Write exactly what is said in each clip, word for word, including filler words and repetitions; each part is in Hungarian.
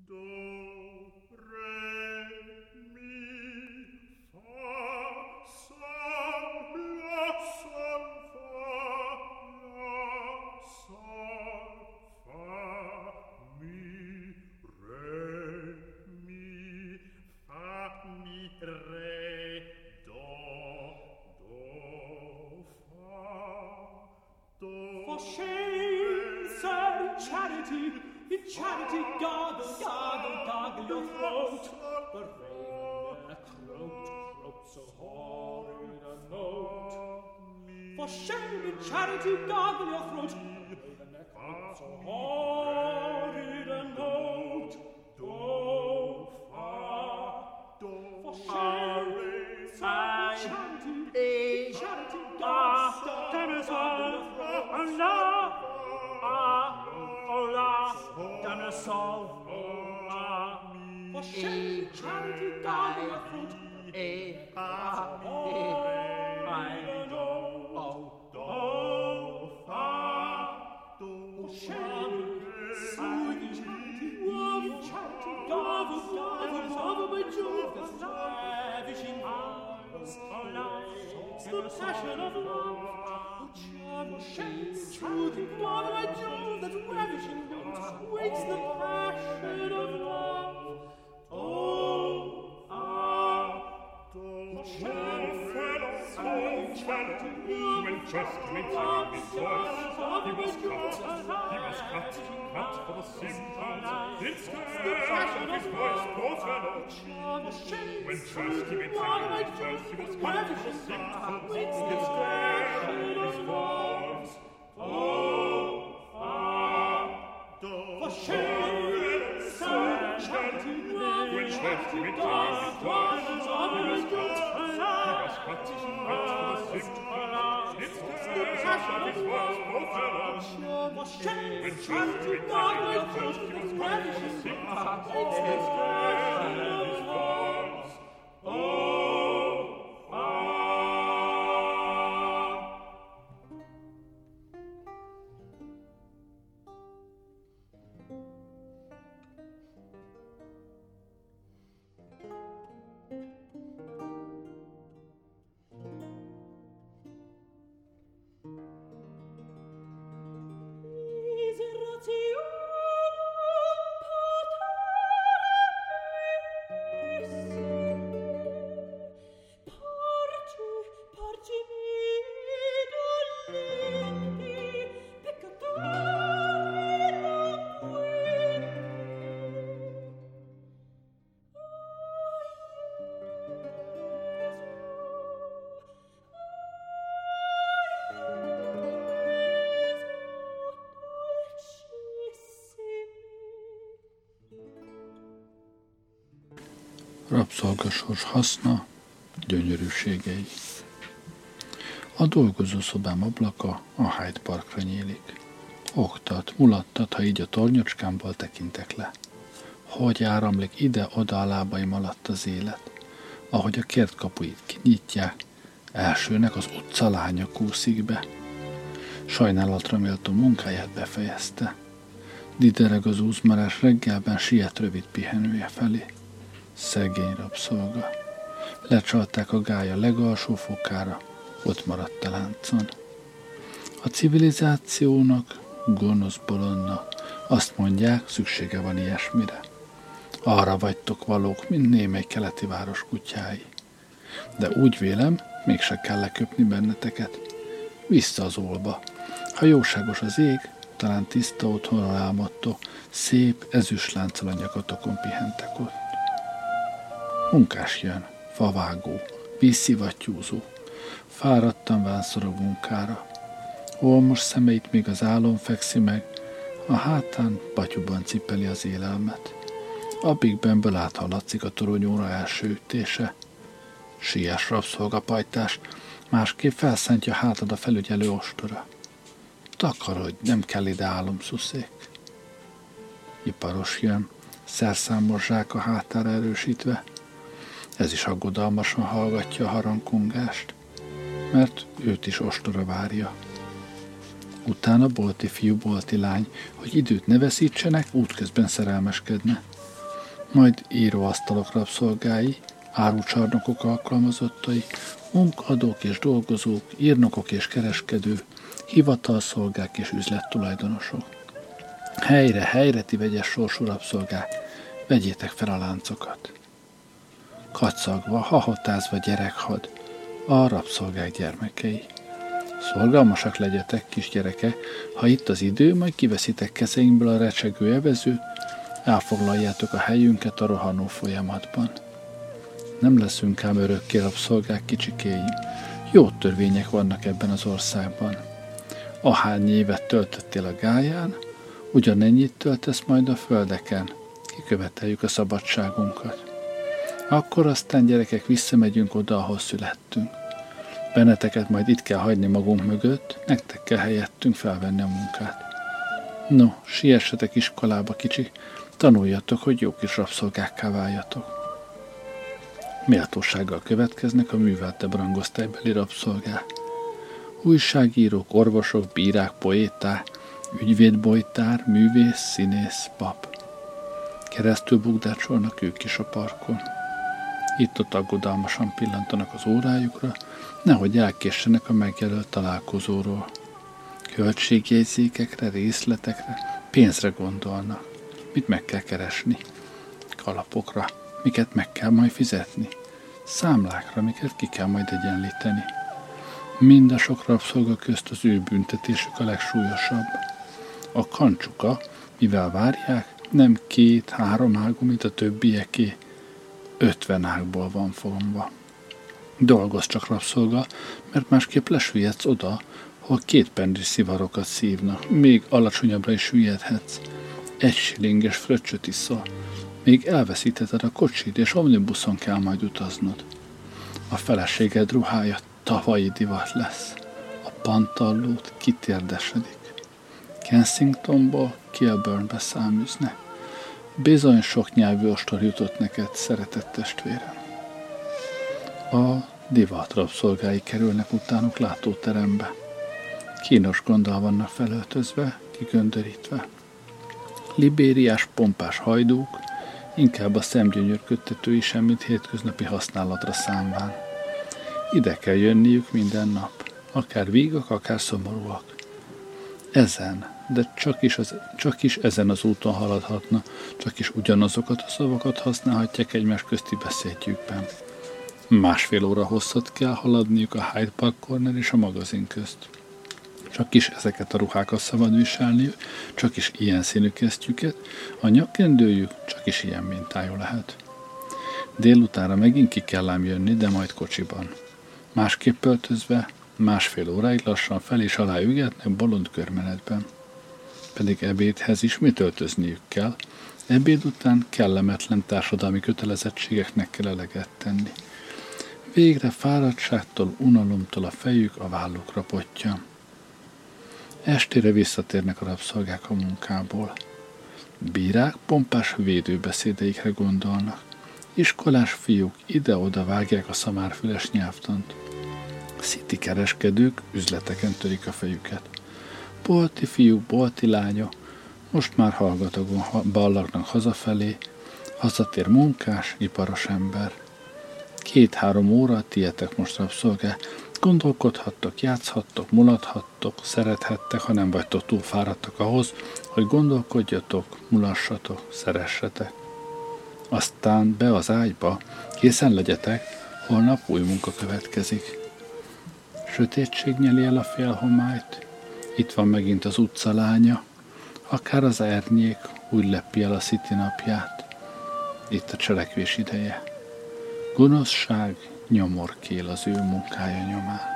Rabszolgasors haszna, gyönyörűségei. A dolgozószobám ablaka a Hyde Parkra nyílik. Oktat, mulattat, ha így a tornyocskámból tekintek le. Hogy áramlik ide-oda a lábaim alatt az élet. Ahogy a kert kapuit kinyitják, elsőnek az utcalánya kúszik be. Sajnálatra méltó munkáját befejezte. Didereg az úzmarás reggelben siet rövid pihenője felé. Szegény rabszolga. Lecsalták a gálya legalsó fokára, ott maradt a láncon. A civilizációnak, gonosz bolondnak, azt mondják, szüksége van ilyesmire. Arra vagytok valók, mint némely keleti város kutyái. De úgy vélem, mégse kell leköpni benneteket. Vissza az olba. Ha jóságos az ég, talán tiszta otthonra álmodtok, szép ezüstlánccal a nyakatokon pihentek ott. Munkás jön, favágó, vízszivattyúzó. Fáradtan vánszorog munkára. Olmos szemeit még az álom fekszi meg, a hátán batyuban cipeli az élelmet. A bigbenből áthallatszik a toronyóra első ütése. Siess, rabszolgapajtás, másképp felszántja hátad a felügyelő ostora. Takarodj, nem kell ide álomszuszék. Iparos jön, szerszámos zsák a hátára erősítve. Ez is aggodalmasan hallgatja a harangkongást, mert őt is ostora várja. Utána bolti fiú, bolti lány, hogy időt ne veszítsenek, útközben szerelmeskedne. majd íróasztalok rabszolgái, árucsarnokok alkalmazottai, munkadók és dolgozók, írnokok és kereskedő, hivatalszolgák és üzlettulajdonosok. Helyre, helyre, ti vegyes sorsú rabszolgák, vegyétek fel a láncokat. Kacagva, hahotázva gyerekhad, a rabszolgák gyermekei. Szolgalmasak legyetek, kisgyereke, ha itt az idő, majd kiveszitek kezeinkből a recsegő evezőt, elfoglaljátok a helyünket a rohanó folyamatban. Nem leszünk ám örökké rabszolgák, kicsikéim. Jó törvények vannak ebben az országban. Ahány évet töltöttél a gályán, ugyanennyit töltesz majd a földeken. Kiköveteljük a szabadságunkat. Akkor aztán, gyerekek, visszamegyünk oda, ahol születtünk. Benneteket majd itt kell hagyni magunk mögött, nektek kell helyettünk felvenni a munkát. No, siessetek iskolába, kicsi, tanuljatok, hogy jó kis rabszolgákká váljatok. Méltósággal következnek a műveltebb rangosztálybeli rabszolgák. Újságírók, orvosok, bírák, poéták, ügyvédbojtár, művész, színész, pap. Keresztül bukdácsolnak ők is a parkon. Itt-ott aggodalmasan pillantanak az órájukra, nehogy elkéssenek a megjelölt találkozóról. Költségjegyzékekre, részletekre, pénzre gondolnak. Mit meg kell keresni? Kalapokra, miket meg kell majd fizetni? Számlákra, miket ki kell majd egyenlíteni? Mind a sok rabszolga közt az ő büntetésük a legsúlyosabb. A kancsuka, mivel várják, nem két-három ágú, mint a többieké, ötven ágból van fogva. Dolgozz csak, rabszolga, mert másképp lesüllyedsz oda, hol két pendris szivarokat szívnak, még alacsonyabbra is süllyedhetsz. Egy silinges fröccsöt iszol, még elveszítheted a kocsid, és omnibuszon kell majd utaznod. A feleséged ruhája tavalyi divat lesz. A pantallót kitérdesedik. Kensingtonból Kilburnbe száműznek. Bizony sok nyelvű ostor jutott neked, szeretett testvérem. A divat rabszolgái kerülnek utánuk látóterembe. Kínos gonddal vannak felöltözve, kigöndörítve. Libériás, pompás hajdúk, inkább a szemgyönyörködtetői semmit hétköznapi használatra számván. Ide kell jönniük minden nap, akár vígak, akár szomorúak. Ezen, de csak is, az, csak is ezen az úton haladhatna, csak is ugyanazokat a szavakat használhatják egymás közti beszédjükben. Másfél óra hosszat kell haladniuk a Hyde Park Corner és a magazin közt. Csak is ezeket a ruhákat szabad viselniük, csak is ilyen színű kesztyüket, a nyakkendőjük csak is ilyen mintájú lehet. Délutánra megint ki kell ám jönni, de majd kocsiban. Másképp öltözve, másfél óráig lassan fel és alá ügetnek bolond körmenetben. Pedig ebédhez ismét öltözniük kell, ebéd után kellemetlen társadalmi kötelezettségeknek kell eleget tenni. Végre fáradtságtól, unalomtól a fejük a vállukra potyan. Estére visszatérnek a rabszolgák a munkából. Bírák pompás védőbeszédeikre gondolnak. Iskolás fiúk ide-oda vágják a szamárfüles nyelvtant. City kereskedők üzleteken törik a fejüket. Bolti fiúk, bolti lánya, most már hallgatagon ballagnak hazafelé, hazatér munkás, iparos ember. Két-három óra tietek most rabszolgák, gondolkodhattok, játszhattok, mulathattok, szerethettek, ha nem vagytok túl fáradtak ahhoz, hogy gondolkodjatok, mulassatok, szeressetek. Aztán be az ágyba, készen legyetek, holnap új munka következik. Sötétség nyeli el a félhomályt, itt van megint az utcalánya, akár az árnyék úgy leppi el a City napját. Itt a cselekvés ideje. Gonoszság nyomorkél az ő munkája nyomán.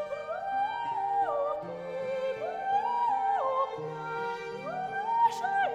Sure.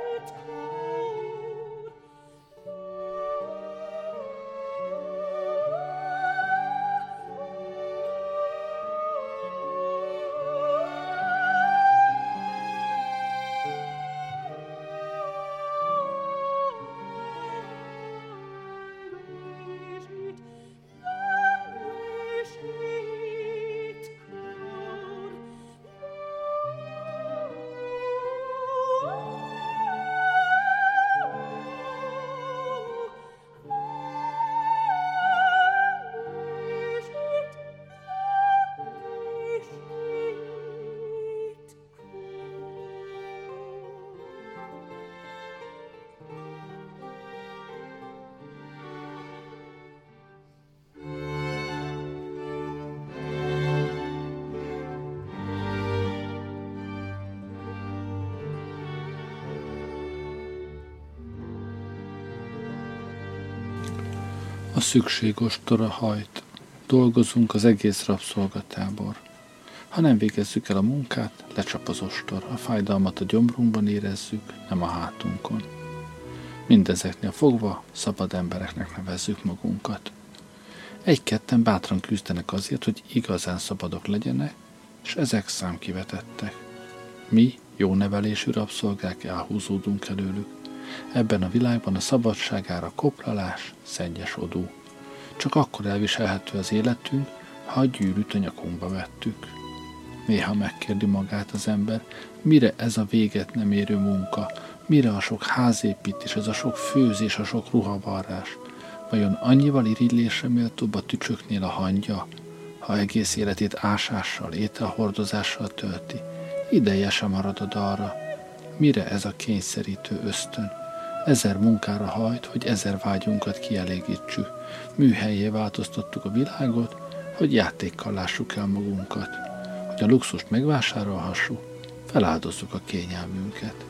A szükség ostora hajt. Dolgozunk az egész rabszolgatábor. Ha nem végezzük el a munkát, lecsap az ostor. A fájdalmat a gyomrunkban érezzük, nem a hátunkon. Mindezeknél fogva szabad embereknek nevezzük magunkat. Egy-ketten bátran küzdenek azért, hogy igazán szabadok legyenek, és ezek számkivetettek. Mi, jó nevelésű rabszolgák, elhúzódunk előlük. Ebben a világban a szabadságára koplalás, szennyes odú. Csak akkor elviselhető az életünk, ha a gyűrűt a nyakunkba vettük. Néha megkérdi magát az ember, mire ez a véget nem érő munka, mire a sok házépítés, ez a sok főzés, a sok ruhavarrás. Vajon annyival irigylésre méltóbb a tücsöknél a hangya, ha egész életét ásással, ételhordozással tölti? Ideje sem marad a dalra. Mire ez a kényszerítő ösztön? Ezer munkára hajt, hogy ezer vágyunkat kielégítsük. Műhellyé változtattuk a világot, hogy játékkal lássuk el magunkat. Hogy a luxust megvásárolhassuk, feláldozzuk a kényelmünket.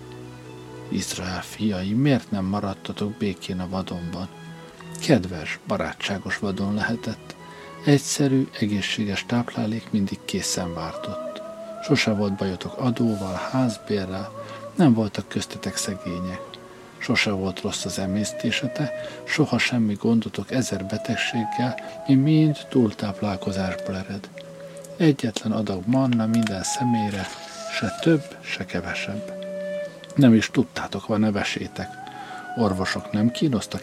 Izrael fiai, miért nem maradtatok békén a vadonban? Kedves, barátságos vadon lehetett. Egyszerű, egészséges táplálék mindig készen vártott. Sose volt bajotok adóval, házbérrel, nem voltak köztetek szegények. Sose volt rossz az emésztésete, soha semmi gondotok ezer betegséggel, mi mind túltáplálkozásból ered. Egyetlen adag manna minden személyre, se több, se kevesebb. Nem is tudtátok, van nevesétek. Orvosok nem kínoztak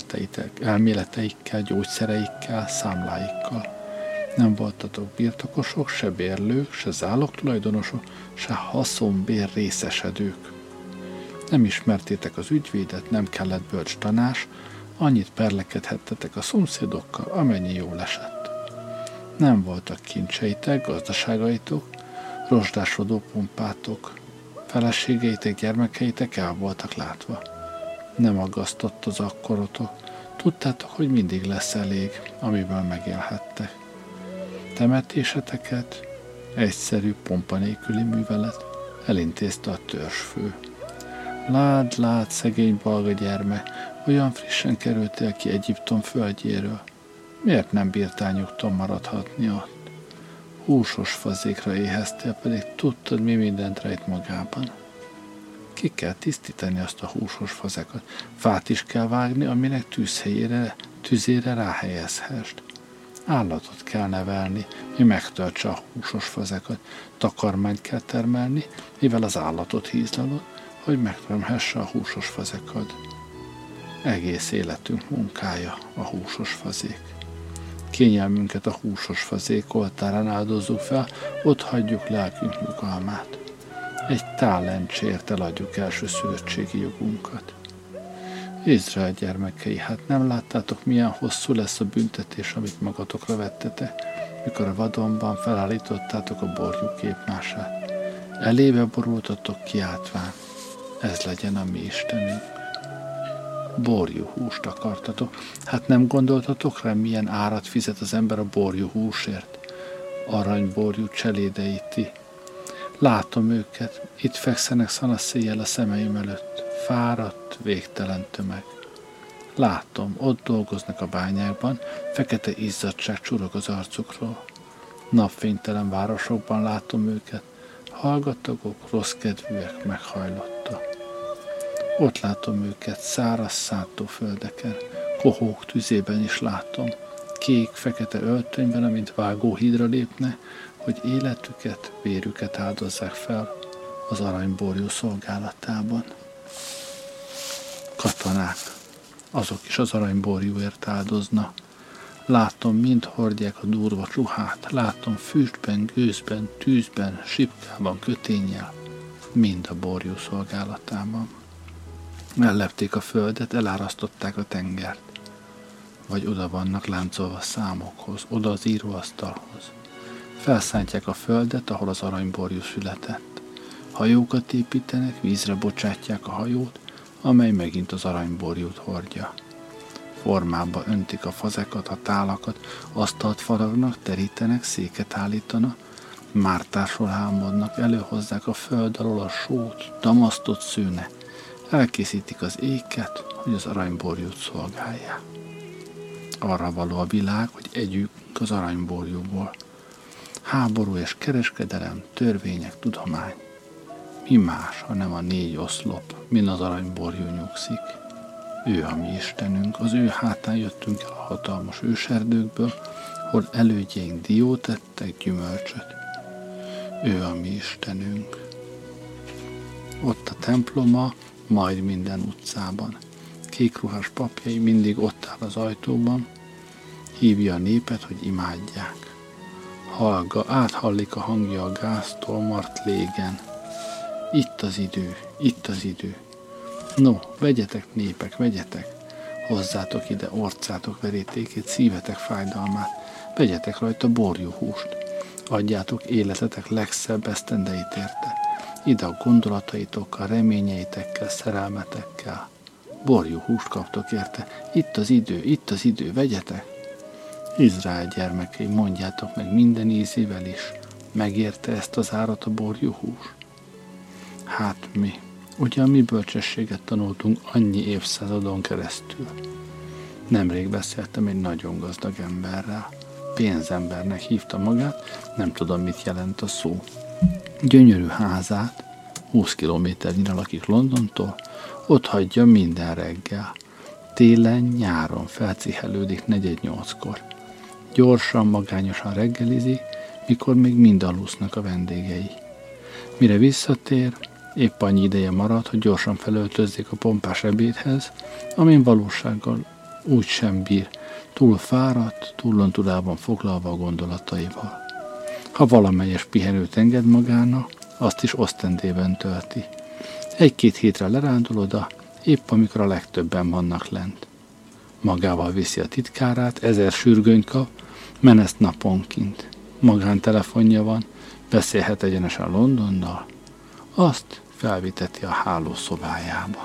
elméleteikkel, gyógyszereikkel, számláikkal. Nem voltatok birtokosok, se bérlők, se zálogtulajdonosok, se haszonbér részesedők. Nem ismertétek az ügyvédet, nem kellett bölcs tanás, annyit perlekedhettetek a szomszédokkal, amennyi jól esett. Nem voltak kincseitek, gazdaságaitok, rozsdásodó pompátok, feleségeitek, gyermekeitek el voltak látva. Nem aggasztott az akkorotok, tudtátok, hogy mindig lesz elég, amiből megélhettek. Temetéseteket, egyszerű, pompa nélküli művelet elintézte a törzsfő. Lád, lád, szegény balga gyerme, olyan frissen kerültél ki Egyiptom földjéről. Miért nem bírtál nyugton maradhatni ott? Húsos fazékra éheztél, pedig tudtad, mi mindent rejt magában. Ki kell tisztítani azt a húsos fazekat. Fát is kell vágni, aminek tűzhelyére, tüzére ráhelyezhest. Állatot kell nevelni, mi megtöltse a húsos fazekat. Takarmányt kell termelni, mivel az állatot hízlalod, hogy megtermhesse a húsos fazekat. Egész életünk munkája a húsos fazék. Kényelmünket a húsos fazék oltárán áldozzuk fel, ott hagyjuk lelkünk nyugalmát. Egy tálencsért eladjuk elsőszülöttségi jogunkat. Izrael gyermekei, hát nem láttátok, milyen hosszú lesz a büntetés, amit magatokra vettetek, mikor a vadonban felállítottátok a borjú képmását. Elébe borultatok kiáltván, ez legyen a mi Istenünk. Borjú húst akartatok, hát nem gondoltatok rá, milyen árat fizet az ember a borjú húsért? Aranyborjú cselédei ti. Látom őket, itt fekszenek szanaszéjjel a szemeim előtt, fáradt, végtelen tömeg. Látom, ott dolgoznak a bányákban, fekete izzadság csurog az arcukról. Napfénytelen városokban látom őket, hallgatagok, rossz kedvűek, meghajlotta. Ott látom őket száraz szántóföldeken, kohók tüzében is látom, kék-fekete öltönyben, amint vágóhídra lépne, hogy életüket, vérüket áldozzák fel az aranyborjú szolgálatában. Katonák, azok is az aranyborjúért áldozna. Látom, mind hordják a durva ruhát, látom füstben, gőzben, tűzben, sipkában, köténnyel, mind a borjú szolgálatában. Ellepték a földet, elárasztották a tengert, vagy oda vannak láncolva számokhoz, oda az íróasztalhoz. Felszántják a földet, ahol az aranyborjú született. Hajókat építenek, vízre bocsátják a hajót, amely megint az aranyborjút hordja. Formába öntik a fazekat, a tálakat, asztalt faragnak, terítenek, széket állítanak, mártásról álmodnak, előhozzák a föld alól a sót, damasztot szőne, elkészítik az éket, hogy az aranyborjút szolgálják. Arra való a világ, hogy együk az aranyborjúból. Háború és kereskedelem, törvények, tudomány. Mi más, hanem a négy oszlop, min az aranyborjú nyugszik. Ő a mi Istenünk, az ő hátán jöttünk el a hatalmas őserdőkből, hol elődjeink diót ettek, gyümölcsöt. Ő a mi Istenünk. Ott a temploma, majd minden utcában. Kékruhás papjai mindig ott áll az ajtóban, hívja a népet, hogy imádják. Hallga, áthallik a hangja a gáztól mart légen. Itt az idő, itt az idő. No, vegyetek népek, vegyetek, hozzátok ide orcátok verítékét, szívetek fájdalmát, vegyetek rajta borjúhúst, adjátok életetek legszebb esztendeit érte, ide a gondolataitokkal, reményeitekkel, szerelmetekkel. Borjúhúst kaptok érte, itt az idő, itt az idő, vegyetek. Izrael gyermekei, mondjátok meg minden ízével is, megérte ezt az árat a borjúhús? Hát mi, ugye a mi bölcsességet tanultunk annyi évszázadon keresztül. Nemrég beszéltem egy nagyon gazdag emberrel, pénzembernek hívta magát, nem tudom, mit jelent a szó. Gyönyörű házát, húsz kilométernyire lakik Londontól, ott hagyja minden reggel. Télen, nyáron felcihelődik negyed nyolckor. Gyorsan, magányosan reggelizik, mikor még mind alusznak a vendégei. Mire visszatér, épp annyi ideje marad, hogy gyorsan felöltözzék a pompás ebédhez, amin valósággal úgy sem bír, túl fáradt, túlontudában foglalva a gondolataival. Ha valamelyes pihenőt enged magának, azt is osztendében tölti. Egy-két hétre lerándul oda, épp amikor a legtöbben vannak lent. Magával viszi a titkárát, ezer sürgönyt kap, meneszt naponként. Magántelefonja van, beszélhet egyenesen Londonnal, azt felviteti a hálószobájába.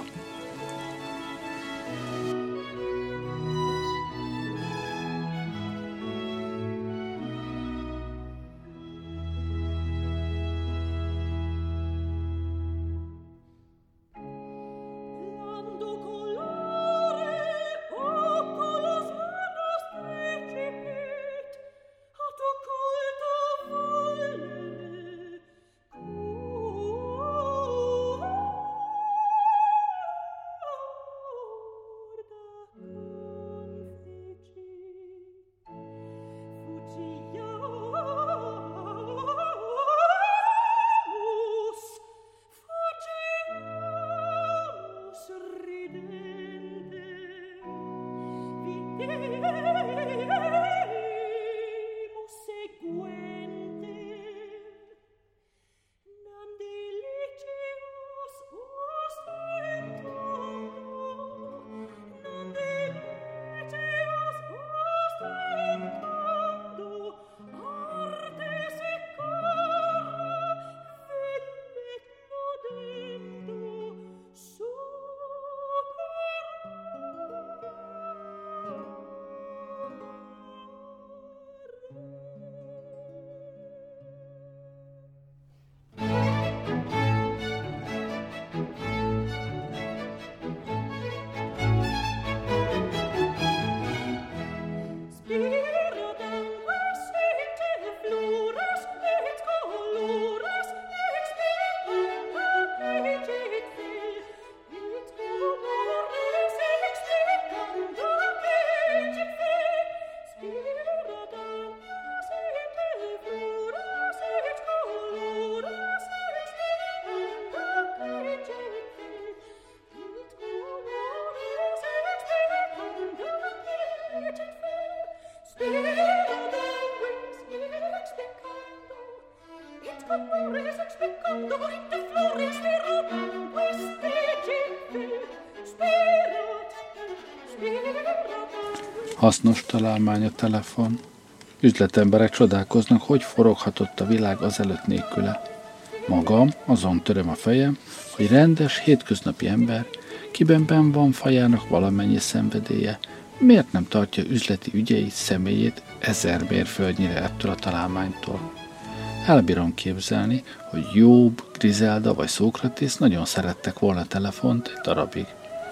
Hasznos találmány a telefon. Üzletemberek csodálkoznak, hogy foroghatott a világ azelőtt nélküle. Magam azon töröm a fejem, hogy rendes, hétköznapi ember, kiben benn van fajának valamennyi szenvedélye, miért nem tartja üzleti ügyeit, személyét ezer mérföldnyire ettől a találmánytól. Elbírom képzelni, hogy Jobb, Griselda vagy Szókratész nagyon szerettek volna telefont egy darabig.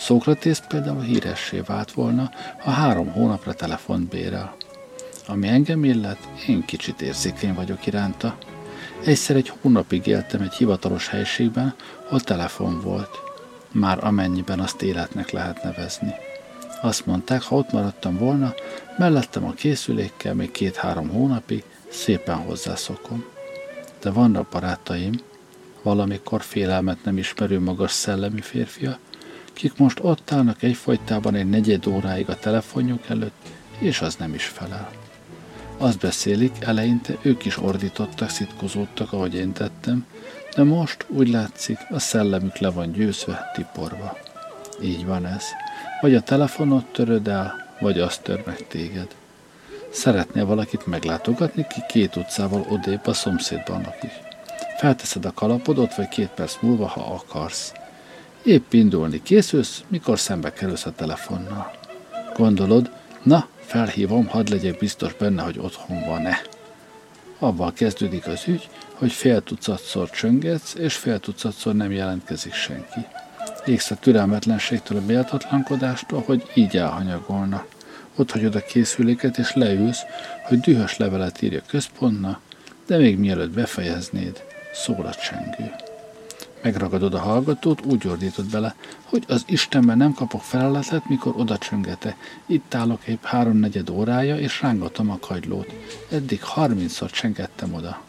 Szókratész például híressé vált volna, ha három hónapra telefont bérel. Ami engem illet, én kicsit érzékeny vagyok iránta. Egyszer egy hónapig éltem egy hivatalos helységben, ahol telefon volt. Már amennyiben azt életnek lehet nevezni. Azt mondták, ha ott maradtam volna, mellettem a készülékkel még két-három hónapig szépen hozzászokom. De vannak barátaim, valamikor félelmet nem ismerő magas szellemi férfia, kik most ott állnak egyfolytában egy negyed óráig a telefonjuk előtt, és az nem is felel. Azt beszélik, eleinte ők is ordítottak, szitkozódtak, ahogy én tettem, de most úgy látszik, a szellemük le van győzve, tiporva. Így van ez. Vagy a telefonot töröd el, vagy azt tör meg téged. Szeretnél valakit meglátogatni, ki két utcával odébb a szomszédban lakik. Felteszed a kalapodot, vagy két perc múlva, ha akarsz. Épp indulni készülsz, mikor szembe kerülsz a telefonnal. Gondolod, na, felhívom, hadd legyek biztos benne, hogy otthon van-e. Avval kezdődik az ügy, hogy fél tucatszor csöngetsz, és fél tucatszor nem jelentkezik senki. Égsz a türelmetlenségtől, a méltatlankodástól, hogy így elhanyagolna. Ott hagyod a készüléket, és leülsz, hogy dühös levelet írj a központna, de még mielőtt befejeznéd, szól a csengő. Megragadod a hallgatót, úgy ordítod bele, hogy az Istenben nem kapok feleletet, mikor oda csöngete. Itt állok épp háromnegyed órája, és rángatom a kagylót. Eddig harmincszor csengettem oda.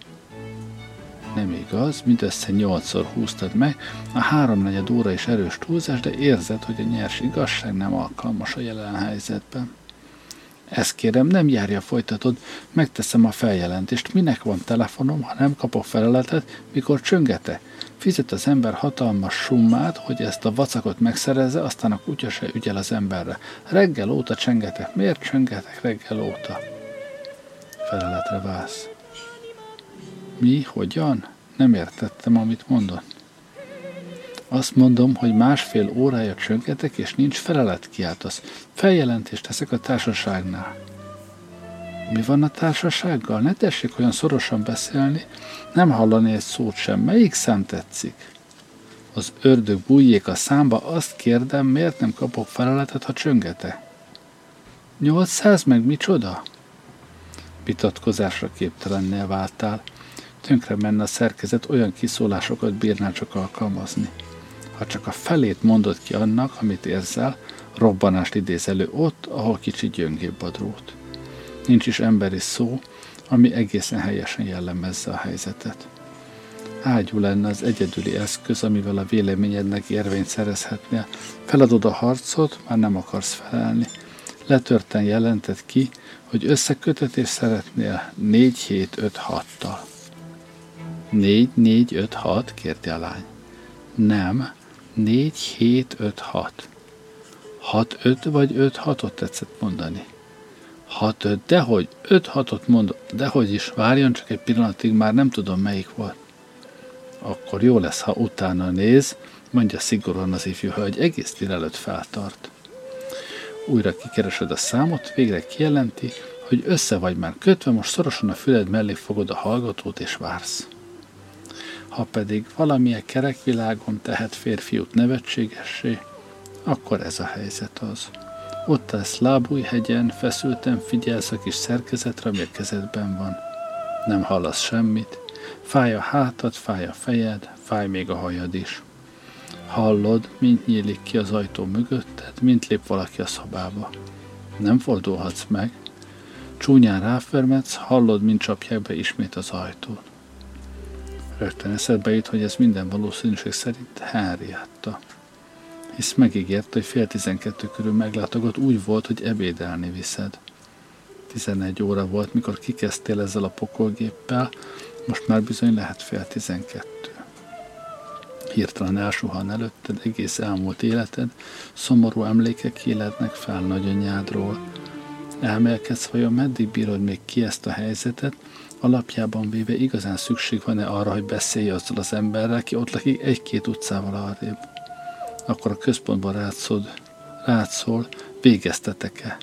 Nem igaz, mindössze nyolcszor húztad meg, a háromnegyed óra is erős túlzás, de érzed, hogy a nyers igazság nem alkalmas a jelen helyzetben. Ezt kérem, nem járja, folytatod, megteszem a feljelentést. Minek van telefonom, ha nem kapok feleletet, mikor csöngete? Fizet az ember hatalmas summát, hogy ezt a vacakot megszerezze, aztán a kutya se ügyel az emberre. Reggel óta csengetek. Miért csengetek reggel óta? Feleletre válsz. Mi? Hogyan? Nem értettem, amit mondott. Azt mondom, hogy másfél órája csöngetek, és nincs felelet, kiáltasz. Feljelentést teszek a társaságnál. Mi van a társasággal? Ne tessék olyan szorosan beszélni, nem hallani egy szót sem. Melyik szám tetszik? Az ördög bújjék a számba, azt kérdem, miért nem kapok feleletet, ha csöngete? nyolcszáz meg micsoda? Vitatkozásra képtelennél váltál. Tönkre menne a szerkezet, olyan kiszólásokat bírnál csak alkalmazni. Ha csak a felét mondod ki annak, amit érzel, robbanást idéz elő ott, ahol kicsi gyöngébb a drót. Nincs is emberi szó, ami egészen helyesen jellemezze a helyzetet. Ágyú lenne az egyedüli eszköz, amivel a véleményednek érvényt szerezhetnél. Feladod a harcot, már nem akarsz felelni. Letörten jelented ki, hogy összekötetést szeretnél négy hét öt hattal. négy négy öt hat, kérte a lány. Nem, négy hét öt hat. hat öt vagy öt hatot tetszett mondani? hat öt, dehogy, öt hatot mondott, dehogy is, várjon csak egy pillanatig, már nem tudom melyik volt. Akkor jó lesz, ha utána néz, mondja szigorúan az ifjú hölgy, egész délelőtt feltart. Újra kikeresed a számot, végre kijelenti, hogy össze vagy már kötve, most szorosan a füled mellé fogod a hallgatót és vársz. Ha pedig valamilyen kerekvilágon tehet férfiút nevetségessé, akkor ez a helyzet az. Ott állsz Lábújhegyen, feszülten figyelsz a kis szerkezetre, ami a kezedben van. Nem hallasz semmit, fáj a hátad, fáj a fejed, fáj még a hajad is. Hallod, mint nyílik ki az ajtó mögötted, mint lép valaki a szobába. Nem fordulhatsz meg. Csúnyán ráförmetsz, hallod, mint csapják be ismét az ajtót. Rögtön eszedbe jut, hogy ez minden valószínűség szerint Henrietta. Hisz megígért, hogy fél tizenkettő körül meglátogat, úgy volt, hogy ebédelni viszed. Tizenegy óra volt, mikor kikezdtél ezzel a pokolgéppel, most már bizony lehet fél tizenkettő. Hirtelen elsuhan előtted egész elmúlt életed, szomorú emlékek élednek fel nagyanyádról. Elmélkedsz, vajon meddig bírod még ki ezt a helyzetet, alapjában véve igazán szükség van-e arra, hogy beszélj azzal az emberrel, aki ott lakik egy-két utcával arrébb. Akkor a központban rátszod, rátszól, végeztetek-e?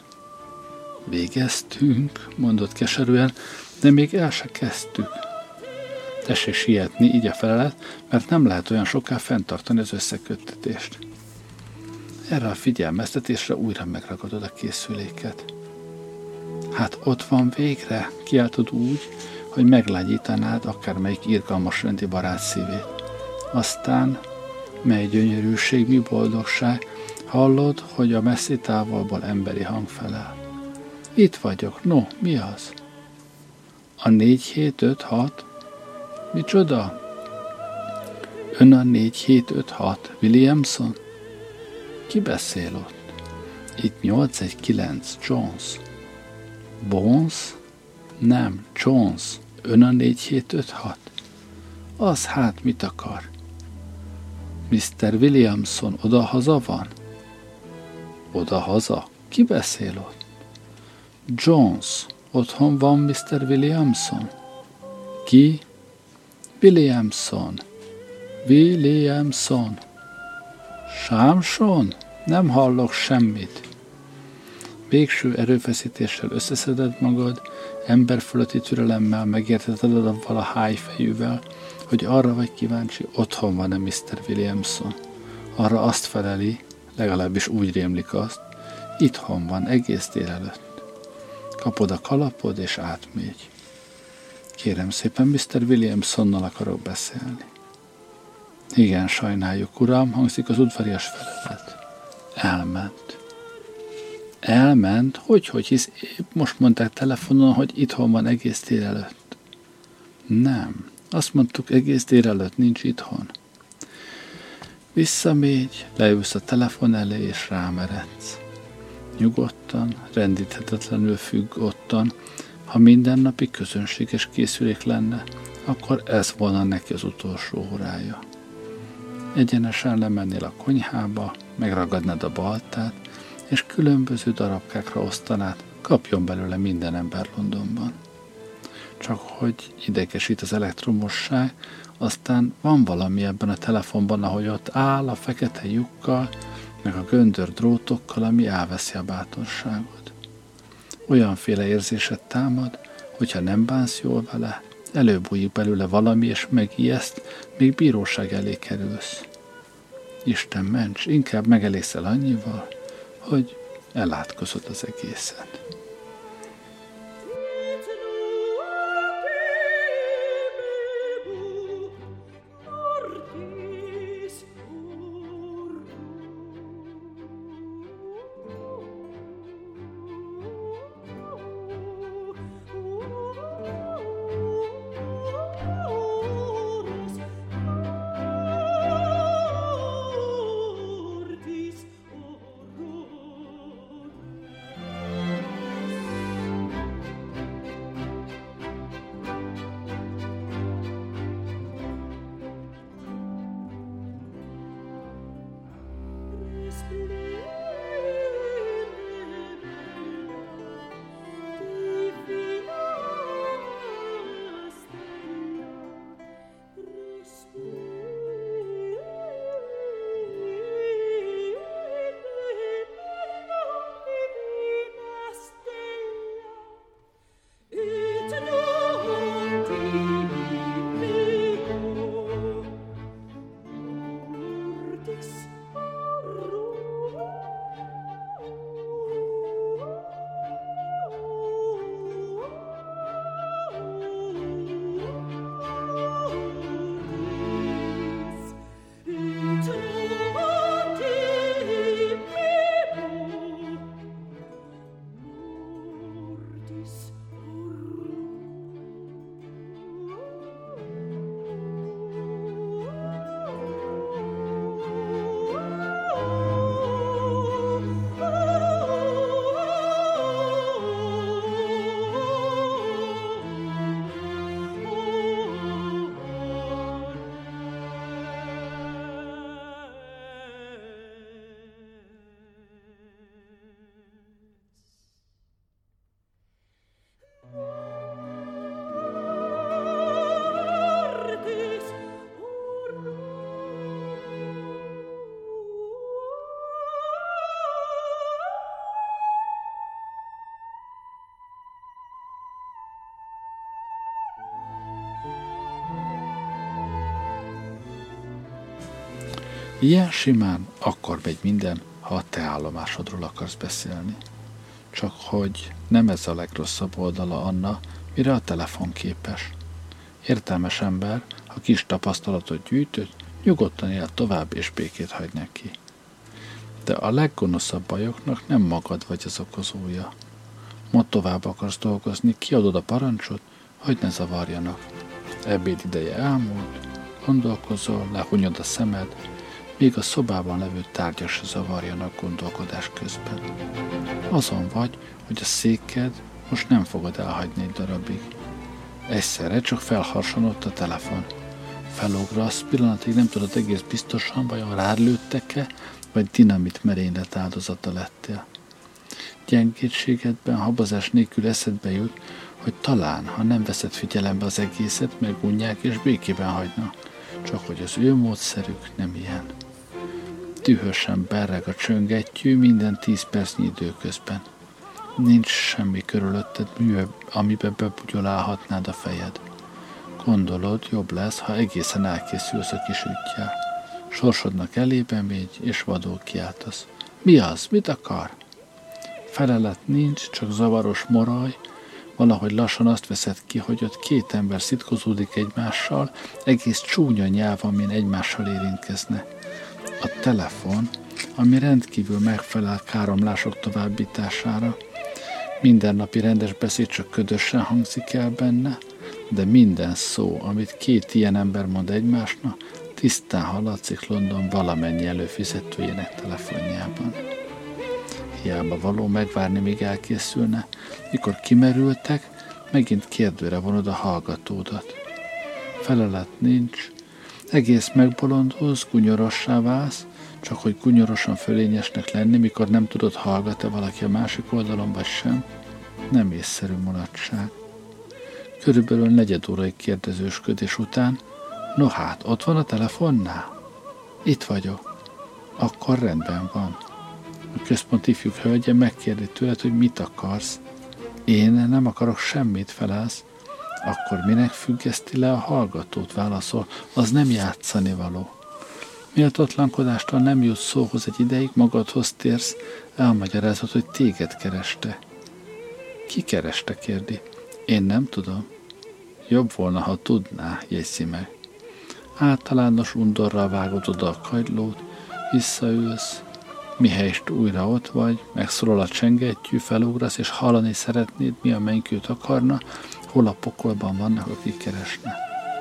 Végeztünk, mondott keserűen, de még el se kezdtük. Tessék sietni, így a felelet, mert nem lehet olyan soká fenntartani az összeköttetést. Erre a figyelmeztetésre újra megragadod a készüléket. Hát ott van végre, kiáltod úgy, hogy meglágyítanád akármelyik irgalmas rendi barát szívét. Aztán, mely gyönyörűség, mi boldogság, hallod, hogy a messzi távolból emberi hang felel. Itt vagyok, no, mi az? A négy hét öt hat? Micsoda? Ön a négy hét öt hat, Williamson? Ki beszél ott? Itt nyolc egy kilenc, Jones. Bones? Nem, Jones. Ön a négy hét öt hat? Az hát mit akar? miszter Williamson oda-haza van? Oda-haza? Ki beszél ott? Jones. Otthon van miszter Williamson? Ki? Williamson. Williamson. Sámson? Nem hallok semmit. Végső erőfeszítéssel összeszeded magad, emberfölötti türelemmel megérteted avval a hájfejűvel, hogy arra vagy kíváncsi, otthon van-e miszter Williamson. Arra azt feleli, legalábbis úgy rémlik azt, itthon van egész délelőtt. Kapod a kalapod és átmégy. Kérem szépen, miszter Williamsonnal akarok beszélni. Igen, sajnáljuk, uram, hangzik az udvarias felelet. Elment. Elment? Hogy, hogy, hisz épp most mondták telefonon, hogy itthon van egész délelőtt. Nem, azt mondtuk, egész délelőtt nincs itthon. Visszamégy, leülsz a telefon elé és rámeredsz. Nyugodtan, rendíthetetlenül függ ottan, ha mindennapi közönséges készülék lenne, akkor ez volna neki az utolsó órája. Egyenesen lemennél a konyhába, megragadnád a baltát, és különböző darabkákra osztanád, kapjon belőle minden ember Londonban. Csak hogy idegesít az elektromosság, aztán van valami ebben a telefonban, ahogy ott áll a fekete lyukkal, meg a göndör drótokkal, ami elveszi a bátorságod. Olyanféle érzésed támad, hogyha nem bánsz jól vele, előbújik belőle valami, és megijeszt, még bíróság elé kerülsz. Isten ments, inkább megelészel annyival, hogy elátkozod az egészet. Ilyen simán akkor megy minden, ha a te állomásodról akarsz beszélni. Csak hogy nem ez a legrosszabb oldala anna, mire a telefon képes. Értelmes ember, ha kis tapasztalatot gyűjtött, nyugodtan él tovább és békét hagy neki. De a leggonoszabb bajoknak nem magad vagy az okozója. Ma tovább akarsz dolgozni, kiadod a parancsot, hogy ne zavarjanak. Ebéd ideje elmúlt, gondolkozol, lehunyod a szemed, még a szobában levő tárgyak se zavarjanak gondolkodás közben. Azon vagy, hogy a széked most nem fogod elhagyni egy darabig. Egyszerre csak felharsonott a telefon. Felugrasz, pillanatig nem tudod egész biztosan, vajon rád lőttek-e, vagy dinamit merénylet áldozata lettél. Gyengétségedben habozás nélkül eszedbe jut, hogy talán, ha nem veszed figyelembe az egészet, megunják és békében hagynak, csak hogy az ő módszerük nem ilyen. Dühösen berreg a csöngettyű minden tíz percnyi időközben. Nincs semmi körülötted, amiben bebugyolálhatnád a fejed. Gondolod, jobb lesz, ha egészen elkészülsz a kis ügyjel. Sorsodnak elébe mégy, és vadul kiáltasz. Mi az? Mit akar? Felelet nincs, csak zavaros moraj. Valahogy lassan azt veszed ki, hogy ott két ember szitkozódik egymással, egész csúnya nyelv, amin egymással érintkezne. A telefon, ami rendkívül megfelel káromlások továbbítására. Mindennapi rendes beszéd csak ködösen hangzik el benne, de minden szó, amit két ilyen ember mond egymásnak, tisztán hallatszik London valamennyi előfizetőjének telefonjában. Hiába való megvárni, míg elkészülne, mikor kimerültek, megint kérdőre vonod a hallgatódat. Felelet nincs, egész megbolondulsz, gunyorossá válsz, csak hogy gunyorosan fölényesnek lenni, mikor nem tudod, hallgat-e valaki a másik oldalon, vagy sem, nem észszerű mulatság. Körülbelül negyed órai kérdezősködés után, no hát, ott van a telefonnál? Itt vagyok. Akkor rendben van. A központ ifjú hölgye megkérdi tőled, hogy mit akarsz. Én nem akarok semmit, felelsz. Akkor minek függeszti le a hallgatót, válaszol, az nem játszani való. Méltatlankodástól nem jutsz szóhoz egy ideig, magadhoz térsz, elmagyarázod, hogy téged kereste. Ki kereste, kérdi. Én nem tudom. Jobb volna, ha tudná, jegyzi meg. Általános undorral vágod oda a kagylót, visszaülsz, mihelyest újra ott vagy, megszólal a csengettyű, felugrasz, és hallani szeretnéd, mi a mennykőt akarna, hol a pokolban vannak, akik keresnek.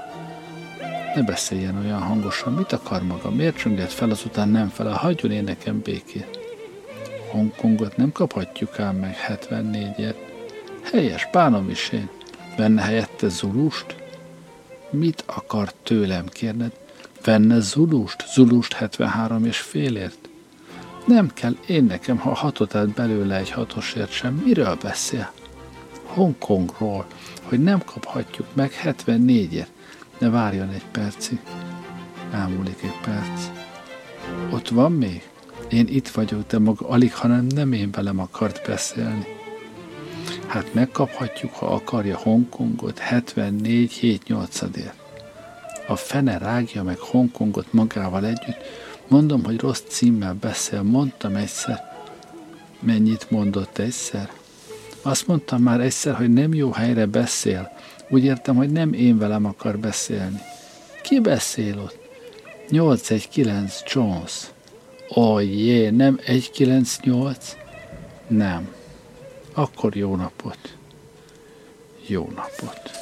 Ne beszéljen olyan hangosan, mit akar maga, miért csönget fel, azután nem fel, hagyjon én nekem békét. Hongkongot nem kaphatjuk ám meg hetvennégyért. Helyes, bánom is én. Venne helyette Zulust? Mit akar tőlem, kérded? Venne Zulust? Zulust hetvenhárom és félért? Nem kell én nekem, ha hatot át belőle egy hatosért sem. Miről beszél? Hongkongról, hogy nem kaphatjuk meg hetvennégyért. Ne várjon egy percig. Elmúlik egy perc. Ott van még? Én itt vagyok, de maga alig, hanem nem én velem akart beszélni. Hát megkaphatjuk, ha akarja Hongkongot hetvennégy hét nyolcadért. A fene rágja meg Hongkongot magával együtt. Mondom, hogy rossz címmel beszél. Mondtam egyszer. Mennyit mondott egyszer? Azt mondtam már egyszer, hogy nem jó helyre beszél. Úgy értem, hogy nem én velem akar beszélni. Ki beszél ott? nyolc egy kilenc Jones. Ó, jé, nem egy kilenc nyolc? Nem. Akkor jó napot. Jó napot.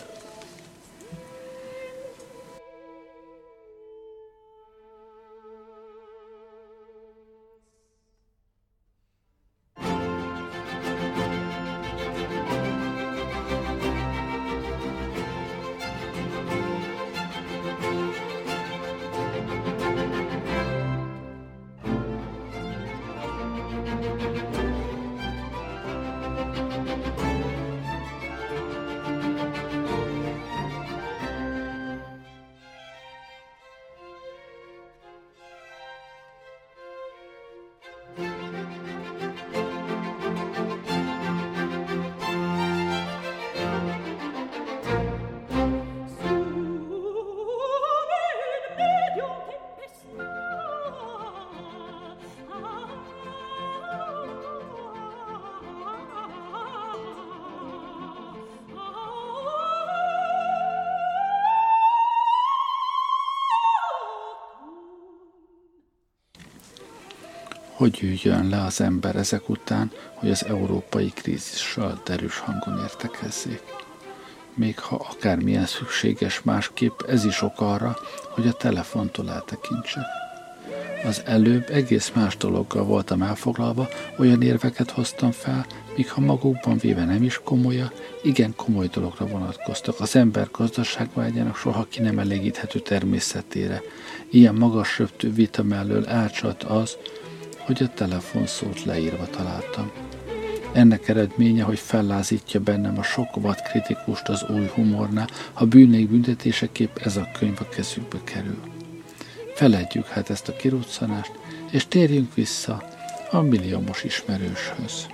Hogy üljön le az ember ezek után, hogy az európai krízissal derűs hangon értekezzék? Még ha akármilyen szükséges másképp, ez is ok arra, hogy a telefontól eltekintsek. Az előbb egész más dologgal voltam elfoglalva, olyan érveket hoztam fel, míg ha magukban véve nem is komolya, igen komoly dologra vonatkoztak, az ember gazdaságvágyának soha ki nem elégíthető természetére. Ilyen magas röptű vita mellől elcsalt az, hogy a telefonszót leírva találtam. Ennek eredménye, hogy fellázítja bennem a sok vad kritikust az új humornál, ha bűnék büntetéseképp ez a könyv a kezükbe kerül. Feledjük hát ezt a kiruccanást, és térjünk vissza a milliómos ismerőshöz.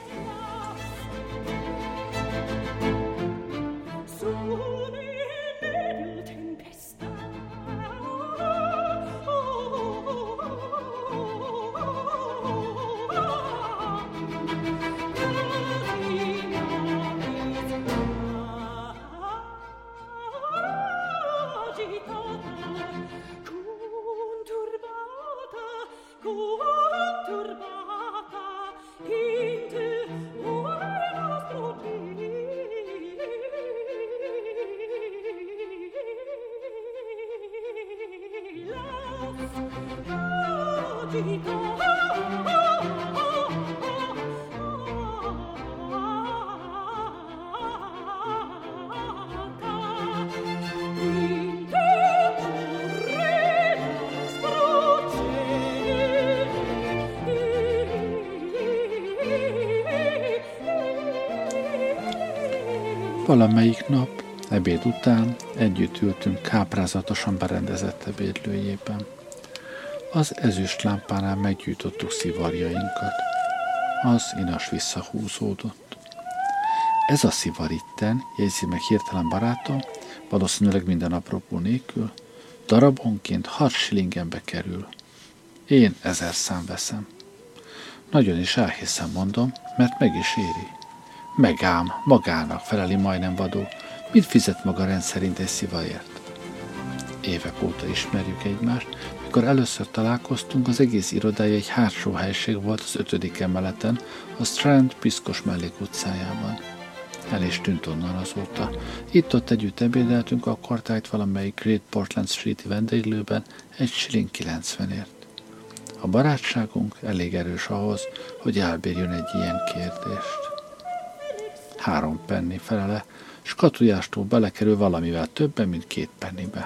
Valamelyik nap, ebéd után együtt ültünk káprázatosan berendezett ebédlőjében. Az ezüst lámpánál meggyújtottuk szivarjainkat. Az inas visszahúzódott. Ez a szivar itten, jegyzi meg hirtelen barátom, valószínűleg minden apropó nélkül, darabonként hat shillingenbe kerül. Én ezer szám veszem. Nagyon is elhiszem, mondom, mert meg is éri. Megám, magának, feleli majdnem vadó. Mit fizet maga rendszerint egy szivarért? Évek óta ismerjük egymást, mikor először találkoztunk, az egész irodája egy hátsó helység volt az ötödik emeleten, a Strand piszkos mellékutcájában. El is tűnt onnan azóta. Itt-ott együtt ebédeltünk, akkor tájt valamelyik Great Portland Street-i vendéglőben egy shilling kilencvenért. A barátságunk elég erős ahhoz, hogy elbírjon egy ilyen kérdést. Három penny felele, s katujástól belekerül valamivel többen, mint két pennibe.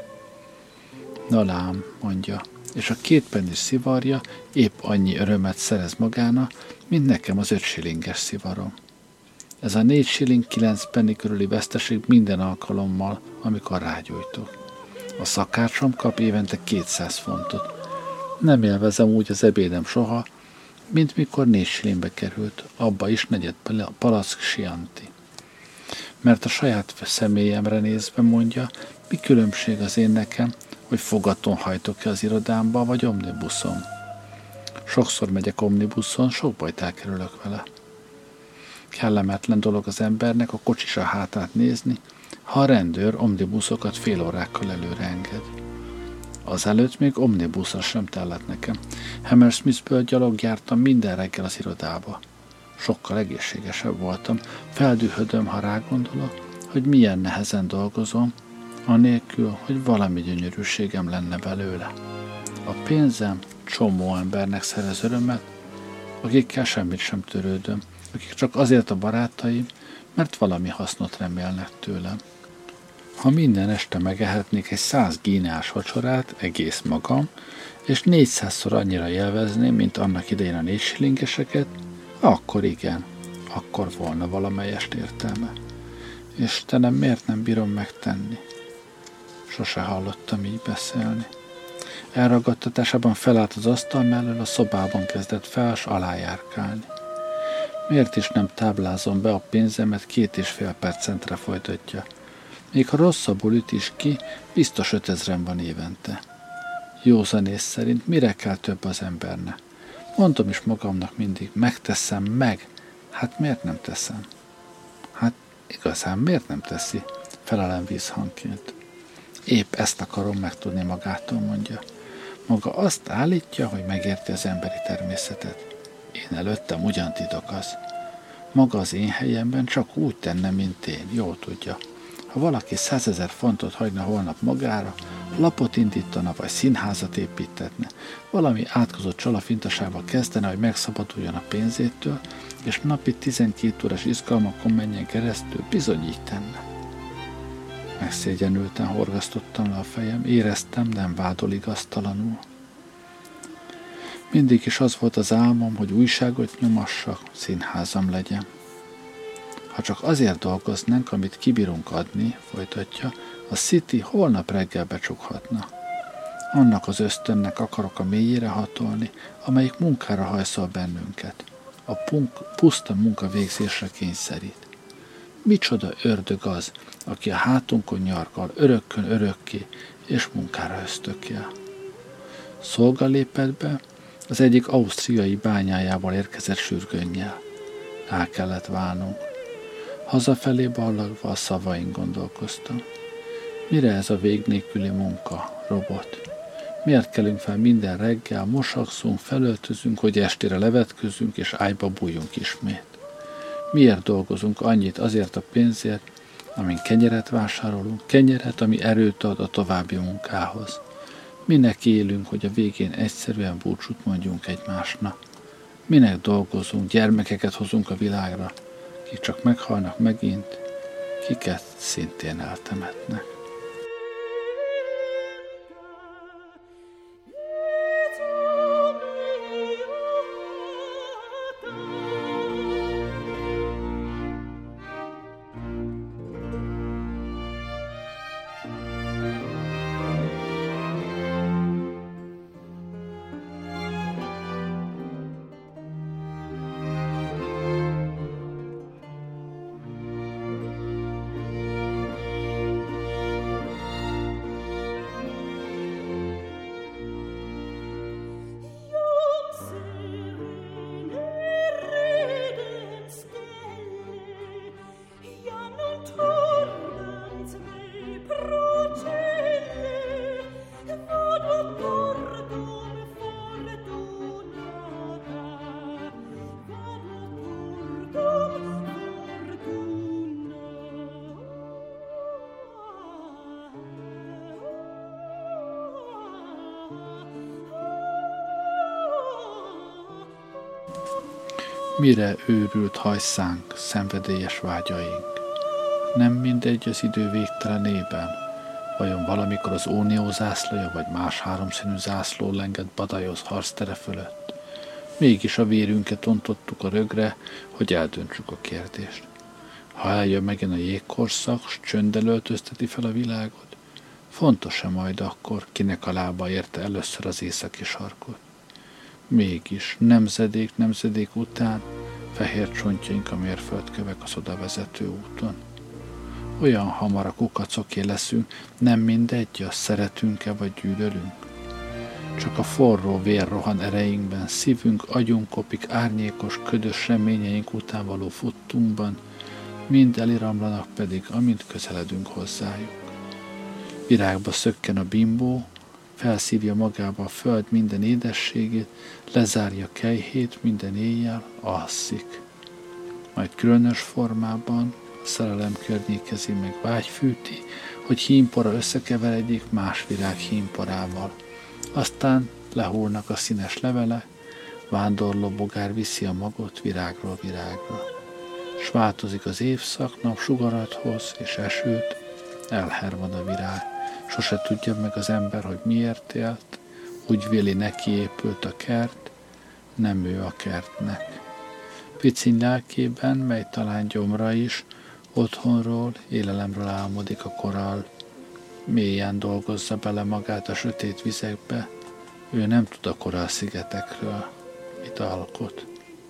Na lám, mondja, és a két pennis szivarja épp annyi örömet szerez magána, mint nekem az öt shillinges szivarom. Ez a négy shilling kilenc penny körüli veszteség minden alkalommal, amikor rágyújtok. A szakácsom kap évente kétszáz fontot. Nem élvezem úgy az ebédem soha, mint mikor négy shillingbe került, abba is negyed palack Chianti. Mert a saját személyemre nézve mondja, mi különbség az én nekem, hogy fogaton hajtok-e az irodámba, vagy omnibuszon. Sokszor megyek omnibuszon, sok bajt elkerülök vele. Kellemetlen dolog az embernek a kocsisa hátát nézni, ha a rendőr omnibuszokat fél órákkal előre enged. Azelőtt még omnibuszra sem tellett nekem. Hammersmithből gyalog jártam minden reggel az irodába. Sokkal egészségesebb voltam, feldühödöm, ha rágondolok, hogy milyen nehezen dolgozom, anélkül, hogy valami gyönyörűségem lenne belőle. A pénzem csomó embernek szerez örömet, akikkel semmit sem törődöm, akik csak azért a barátaim, mert valami hasznot remélnek tőlem. Ha minden este megehetnék egy száz gíneás vacsorát, egész magam, és négyszázszor annyira élvezném, mint annak idején a négy shillingeseket, akkor igen, akkor volna valamelyest értelme. Istenem, miért nem bírom megtenni? Sose hallottam így beszélni. Elragadtatásában felállt az asztal mellől, a szobában kezdett fel, s alájárkálni. Miért is nem táblázom be a pénzemet, két és fél percentre folytatja. Még ha rosszabbul üt is ki, biztos ötezren van évente. Józanész szerint mire kell több az embernek? Mondom is magamnak mindig, megteszem meg. Hát miért nem teszem? Hát igazán miért nem teszi? Felelem vízhangként. Épp ezt akarom megtudni magától, mondja. Maga azt állítja, hogy megérti az emberi természetet. Én előttem ugyan titok az. Maga az én helyemben csak úgy tenne, mint én, jól tudja. Ha valaki százezer fontot hagyna holnap magára, lapot indítana, vagy színházat építetne, valami átkozott csalafintasába kezdene, hogy megszabaduljon a pénzétől, és napi tizenkét órás izgalmakon menjen keresztül, bizony így tenne. Megszégyenülten horgasztottam le a fejem, éreztem, nem vádol igaztalanul. Mindig is az volt az álmom, hogy újságot nyomassak, színházam legyen. Ha csak azért dolgoznánk, amit kibírunk adni, folytatja, a City holnap reggel becsukhatna. Annak az ösztönnek akarok a mélyére hatolni, amelyik munkára hajszol bennünket. A punk, puszta munka végzésre kényszerít. Micsoda ördög az, aki a hátunkon nyargal, örökkön örökké, és munkára ösztökél. Szolga lépett be, az egyik ausztriai bányájából érkezett sürgönnyel. El kellett válnunk. Hazafelé ballagva a szavain gondolkoztam. Mire ez a vég nélküli munka, robot? Miért kelünk fel minden reggel, mosakszunk, felöltözünk, hogy estére levetközünk és ágyba bújjunk ismét? Miért dolgozunk annyit azért a pénzért, amin kenyeret vásárolunk, kenyeret, ami erőt ad a további munkához? Minek élünk, hogy a végén egyszerűen búcsút mondjunk egymásnak? Minek dolgozunk, gyermekeket hozunk a világra, kik csak meghalnak megint, kiket szintén eltemetnek? Mire őrült hajszánk, szenvedélyes vágyaink? Nem mindegy az idő végtelenében? Vajon valamikor az Unió zászlaja, vagy más háromszínű zászló lengett Badajoz harctere fölött? Mégis a vérünket ontottuk a rögre, hogy eldöntsük a kérdést. Ha eljön megint a jégkorszak, s csönddel öltözteti fel a világot, fontos-e majd akkor, kinek a lába érte először az északi sarkot? Mégis nemzedék nemzedék után fehér csontjaink a mérföldkövek az oda vezető úton. Olyan hamar a kukacoké leszünk, nem mindegy, azt szeretünk-e vagy gyűlölünk. Csak a forró vér rohan ereinkben, szívünk, agyunk kopik, árnyékos, ködös reményeink után való futtunkban, mind eliramlanak pedig, amint közeledünk hozzájuk. Virágba szökken a bimbó, felszívja magába a föld minden édességét, lezárja kejhét minden éjjel, alszik. Majd különös formában szerelem környékezi meg vágyfűti, hogy hímpora összekeveredik más virág hímporával. Aztán lehullnak a színes levele, vándorló bogár viszi a magot virágról virágra. S változik az évszak, napsugarat hoz és esőt, elhervad a virág. Sose tudja meg az ember, hogy miért élt, úgy véli, neki épült a kert, nem ő a kertnek. Piciny lelkében, mely talán gyomra is, otthonról, élelemről álmodik a korall. Mélyen dolgozza bele magát a sötét vizekbe, ő nem tud a korall szigetekről, mit alkot.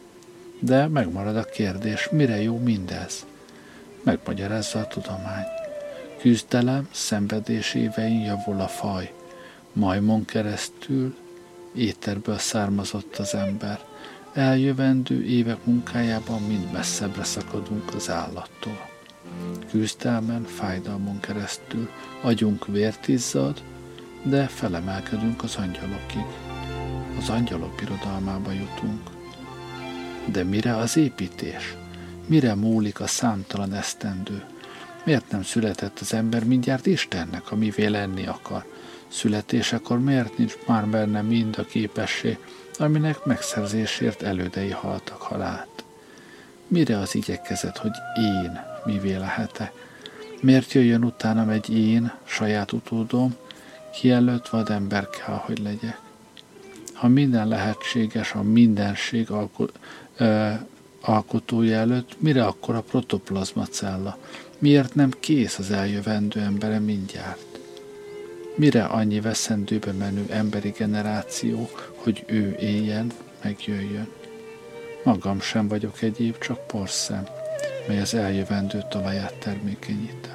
De megmarad a kérdés, mire jó mindez? Megmagyarázza a tudomány. Küzdelem, szenvedés évein javul a faj. Majmon keresztül éterből származott az ember. Eljövendő évek munkájában mind messzebbre szakadunk az állattól. Küzdelmen, fájdalmon keresztül agyunk vért izzad, de felemelkedünk az angyalokig. Az angyalok birodalmába jutunk. De mire az építés? Mire múlik a számtalan esztendő? Miért nem született az ember mindjárt Istennek, amivé lenni akar? Születésekor miért nincs már benne mind a képesség, aminek megszerzésért elődei haltak halált? Mire az igyekezet, hogy én mivé lehet-e? Miért jöjjön utánam egy én, saját utódom, ki előtt vadember kell, hogy legyek? Ha minden lehetséges a mindenség alko- ö, alkotója előtt, mire akkor a protoplazmacella? Miért nem kész az eljövendő embere mindjárt? Mire annyi veszendőbe menő emberi generáció, hogy ő éljen, megjöjjön? Magam sem vagyok egyéb, csak porszem, mely az eljövendő talaját termékenyítem.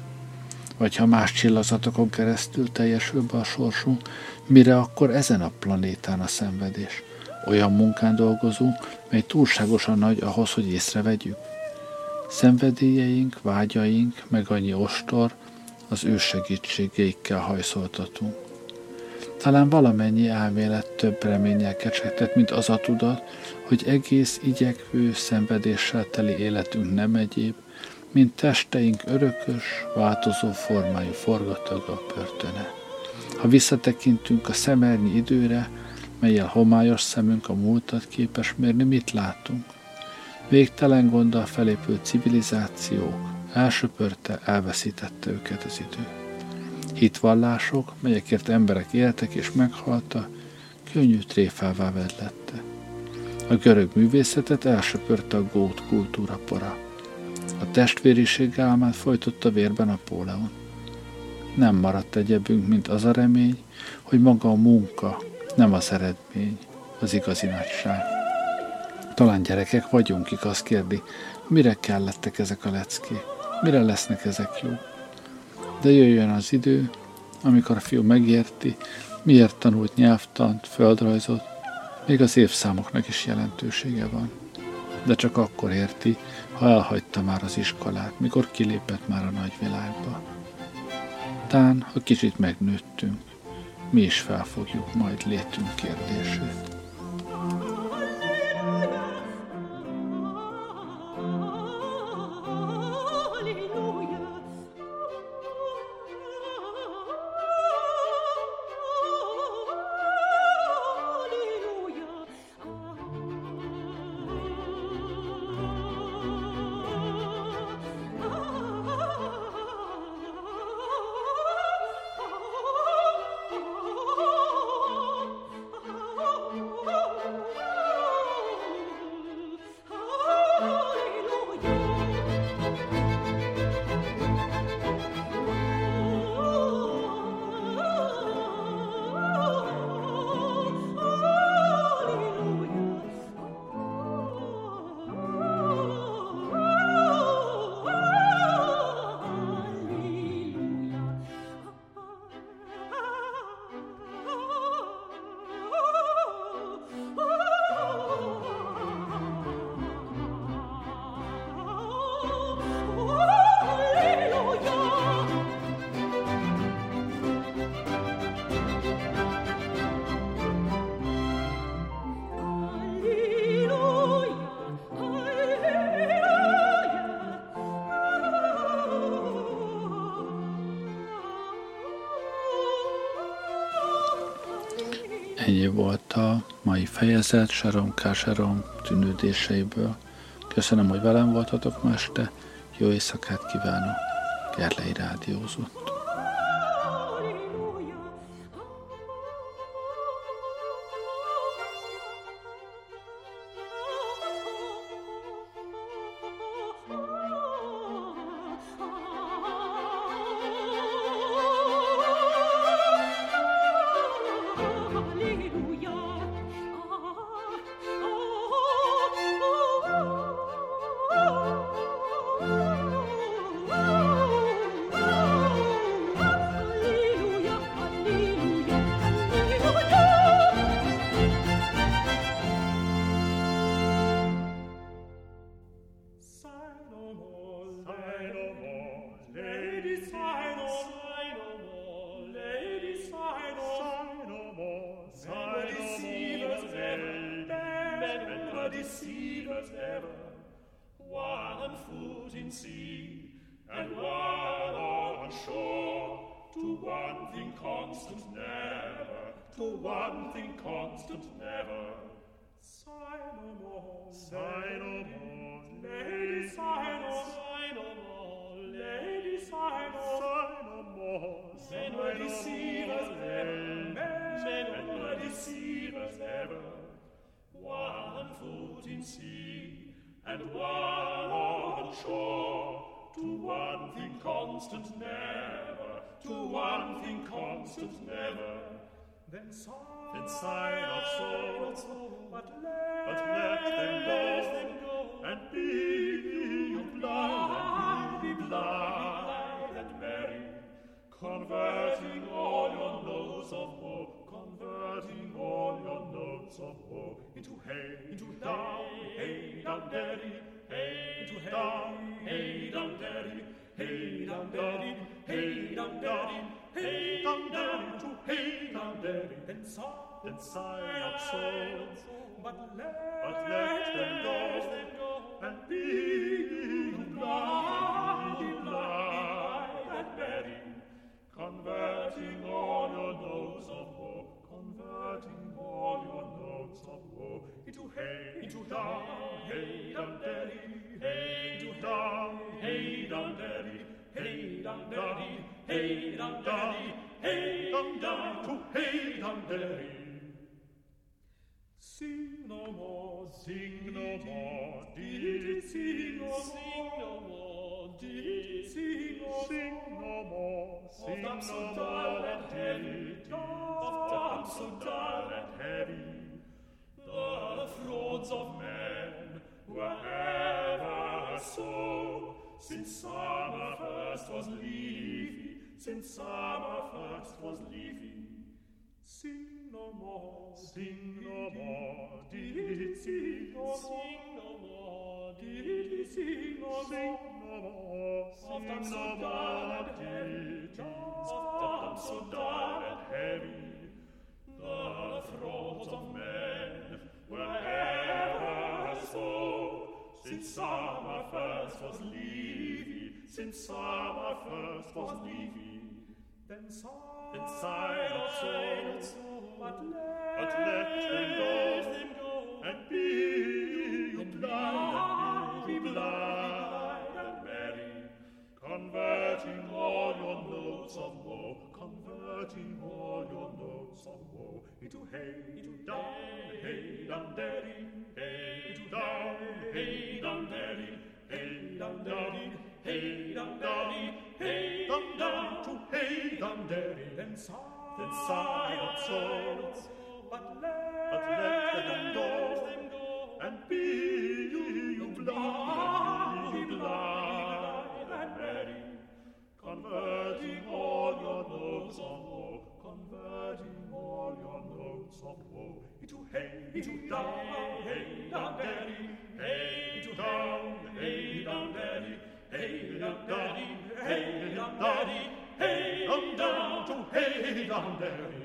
Vagy ha más csillagzatokon keresztül teljesül be a sorsunk, mire akkor ezen a planétán a szenvedés? Olyan munkán dolgozunk, mely túlságosan nagy ahhoz, hogy észrevegyük. Szenvedélyeink, vágyaink, meg annyi ostor, az ő segítségeikkel hajszoltatunk. Talán valamennyi elmélet több reménnyel kecsegtet, mint az a tudat, hogy egész igyekvő, szenvedéssel teli életünk nem egyéb, mint testeink örökös, változó formájú forgataga, börtöne. Ha visszatekintünk a szemernyi időre, mellyel homályos szemünk a múltat képes mérni, mit látunk? Végtelen gonddal felépült civilizációk, elsöpörte, elveszítette őket az idő. Hitvallások, melyekért emberek éltek és meghaltak, könnyű tréfává vedlette. A görög művészetet elsöpörte a gót kultúra pora. A testvériség álmát folytotta vérben Napóleon. Nem maradt egyebünk, mint az a remény, hogy maga a munka, nem az eredmény, az igazi nagyság. Talán gyerekek vagyunk, kik azt kérdi, mire kellettek ezek a leckék, mire lesznek ezek jó. De jöjjön az idő, amikor a fiú megérti, miért tanult nyelvtant, földrajzot, még az évszámoknak is jelentősége van. De csak akkor érti, ha elhagyta már az iskolát, mikor kilépett már a nagyvilágba. Tán, ha kicsit megnőttünk, mi is felfogjuk majd létünk kérdését. Ennyi volt a mai fejezet Sharon K. Sharon tűnődéseiből. Köszönöm, hogy velem voltatok ma este. Jó éjszakát kívánok. Gerlei rádiózott. foot in sea, and one on shore. To one thing constant never, to one thing constant never. Sigh no more, sigh no more, lady, sigh no more, sigh no more, lady, sigh no more, sigh no more, men were deceivers ever, men were deceivers ever. One foot in sea, and one on shore. To one thing constant never, to one thing constant never. Then sigh, then sigh not so, but let, but let them go, them go, and be blithe, be blithe and merry, converting all your notes of woe, converting all your notes of woe into hey, into down, hey, down, derry, hey, into down, hey, down, derry, hey, down, derry, hey, down, derry, hey, down, derry, to hey, down, derry. Then sigh, then sigh not so, but let, but let them go, and be blithe, be blithe and merry, converting all your notes of woe, converting all your notes of woe into hey, into down, hey, down, derry, hey, into down, hey, down, derry, hey, down, derry, hey, down, derry, hey, down, down to hey, down, derry. Sing no more, sing no more, did sing no more, sing no more, did sing no more, sing no more, sing no so dull and heavy, of damp so dull and heavy. The frauds of men were ever so, since summer first was leafy, since summer first was leafy. Sing no more, sing no more, did sing no more, sing no more, did sing no more, sing no more, sing no more, did of so dull and heavy. The frauds of men were ever so, since summer first was leafy, since summer first was leafy. Then sigh, then sigh not so, but let, but let them go, them go, and be blithe, be blithe and merry, converting all your notes of woe, converting all your notes of woe into hey, into down, hey, down, derry, hey, into down, hey, down, derry, hey, down, derry, hey, down, derry, hey, down, down to hey, down, derry. Then sigh, then sigh not so, but let, but let them go, them go, and be blithe, be blithe and merry, converting all your notes of woe, converting all your notes of woe into hey, into down, hey, down, derry, hey, into down, hey, down, derry, hey, down, derry, hey, down, derry, hey, down, down to hey, down, derry.